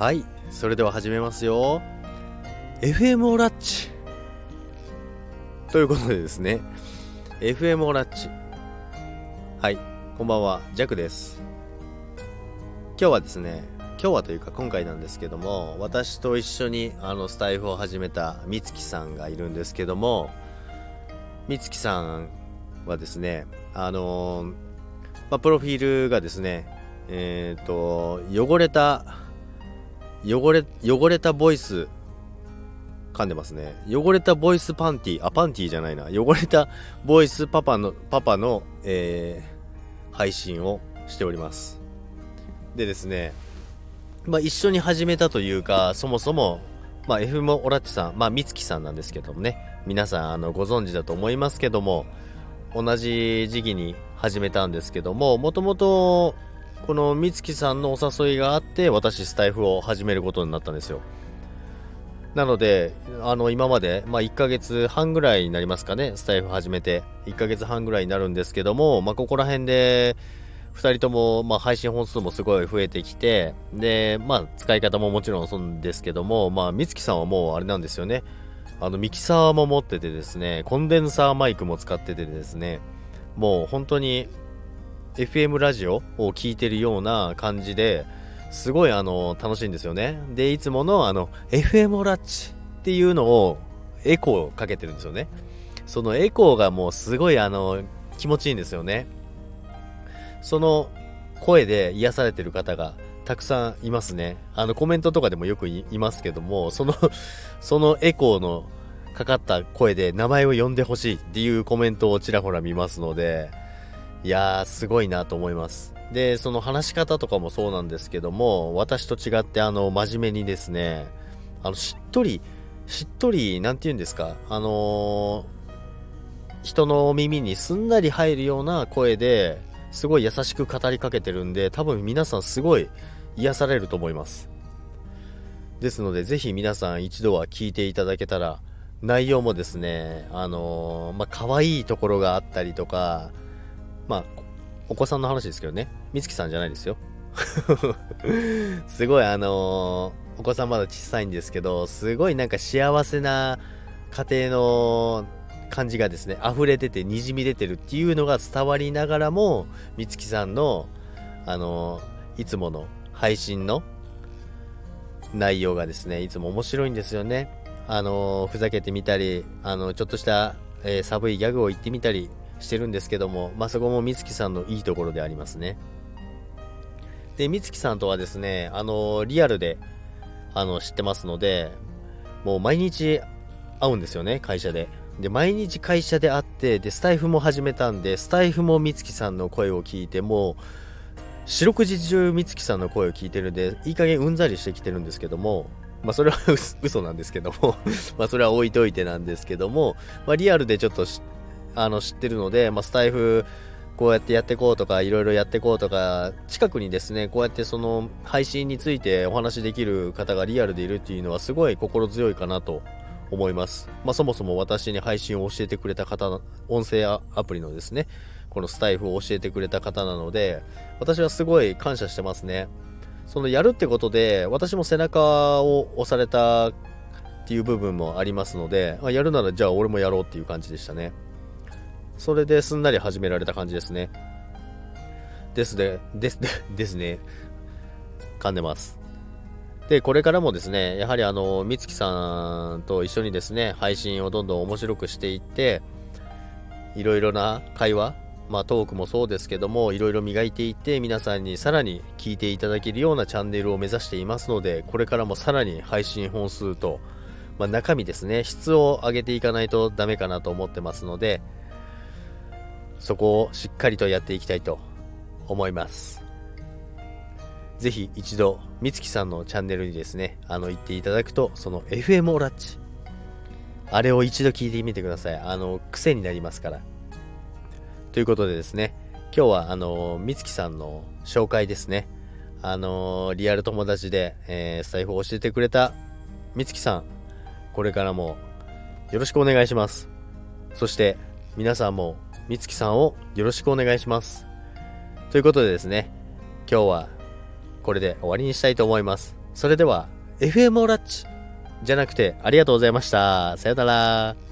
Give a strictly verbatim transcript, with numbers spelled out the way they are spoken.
はい、それでは始めますよ。 エフエム オラッチということでですね、 エフエム オラッチ、はい、こんばんは、ジャクです。今日はですね、今日はというか今回なんですけども、私と一緒にあのスタイフを始めたみつきさんがいるんですけども、みつきさんはですね、あのーまあ、プロフィールがですね、えっと汚れた汚れ汚れたボイス、噛んでますね。汚れたボイスパンティあパンティじゃないな汚れたボイスパパのパパの、えー、配信をしております。でですね、まあ、一緒に始めたというか、そもそも、まあ、エフエム オラッチさん、まあ、みつきさんなんですけどもね、皆さんあのご存知だと思いますけども、同じ時期に始めたんですけども、もともとこのみつきさんのお誘いがあって私スタイフを始めることになったんですよ。なのであの今まで、まあ、いっかげつはんぐらいになりますかね、スタイフ始めていっかげつはんぐらいになるんですけども、まあ、ここら辺でふたりとも、まあ、配信本数もすごい増えてきて、で、まあ、使い方ももちろんそうですけども、まあ、みつきさんはもうあれなんですよね、あのミキサーも持っててですね、コンデンサーマイクも使っててですね、もう本当に エフエム ラジオを聞いてるような感じで、すごいあの楽しいんですよね。で、いつものあの エフエム ラッチっていうのをエコーをかけてるんですよね。そのエコーがもうすごいあの気持ちいいんですよね。その声で癒されてる方がたくさんいますね。あのコメントとかでもよくいますけども、そのそのエコーのかかった声で名前を呼んでほしいっていうコメントをちらほら見ますので、いやーすごいなと思います。で、その話し方とかもそうなんですけども、私と違ってあの真面目にですね、あのしっとりしっとりなんて言うんですか、あのー、人の耳にすんなり入るような声ですごい優しく語りかけてるんで、多分皆さんすごい癒されると思います。ですのでぜひ皆さん一度は聞いていただけたら、内容もですね、あのー、まあ可愛いところがあったりとか、まあお子さんの話ですけどね、みつきさんじゃないですよすごいあのー、お子さんまだ小さいんですけど、すごいなんか幸せな家庭の感じがですね溢れてて、にじみ出てるっていうのが伝わりながらも、みつきさんのあのー、いつもの配信の内容がですね、いつも面白いんですよね。あのー、ふざけてみたり、あのちょっとした、えー、寒いギャグを言ってみたりしてるんですけども、まあ、そこもみつきさんのいいところでありますね。で、みつきさんとはですね、あのー、リアルであの知ってますので、もう毎日会うんですよね、会社で。で、毎日会社で会って、でスタイフも始めたんで、スタイフもみつきさんの声を聞いて、もう四六時中みつきさんの声を聞いてるんで、いい加減うんざりしてきてるんですけども、まあそれは嘘なんですけどもまあそれは置いといてなんですけども、まあリアルでちょっとあの知ってるので、まあスタイフこうやってやっていこうとか、いろいろやっていこうとか、近くにですねこうやってその配信についてお話しできる方がリアルでいるっていうのはすごい心強いかなと思います。まあそもそも私に配信を教えてくれた方、音声アプリのですねこのスタイフを教えてくれた方なので、私はすごい感謝してますね。そのやるってことで私も背中を押されたっていう部分もありますので、あ、やるならじゃあ俺もやろうっていう感じでしたね。それですんなり始められた感じですね。ですでですですね噛んでます。で、これからもですね、やはりあのみつきさんと一緒にですね配信をどんどん面白くしていって、いろいろな会話、まあトークもそうですけども、いろいろ磨いていって、皆さんにさらに聞いていただけるようなチャンネルを目指していますので、これからもさらに配信本数と、まあ、中身ですね、質を上げていかないとダメかなと思ってますので、そこをしっかりとやっていきたいと思います。ぜひ一度みつきさんのチャンネルにですねあの行っていただくと、その エフエム オラッチ、あれを一度聞いてみてください。あの癖になりますから。ということでですね、今日はあのみつきさんの紹介ですね。あのリアル友達で、えー、スタイフを教えてくれたみつきさん、これからもよろしくお願いします。そして皆さんもみつきさんをよろしくお願いします。ということでですね、今日はこれで終わりにしたいと思います。 それでは エフエム オラッチじゃなくてありがとうございました。さよなら。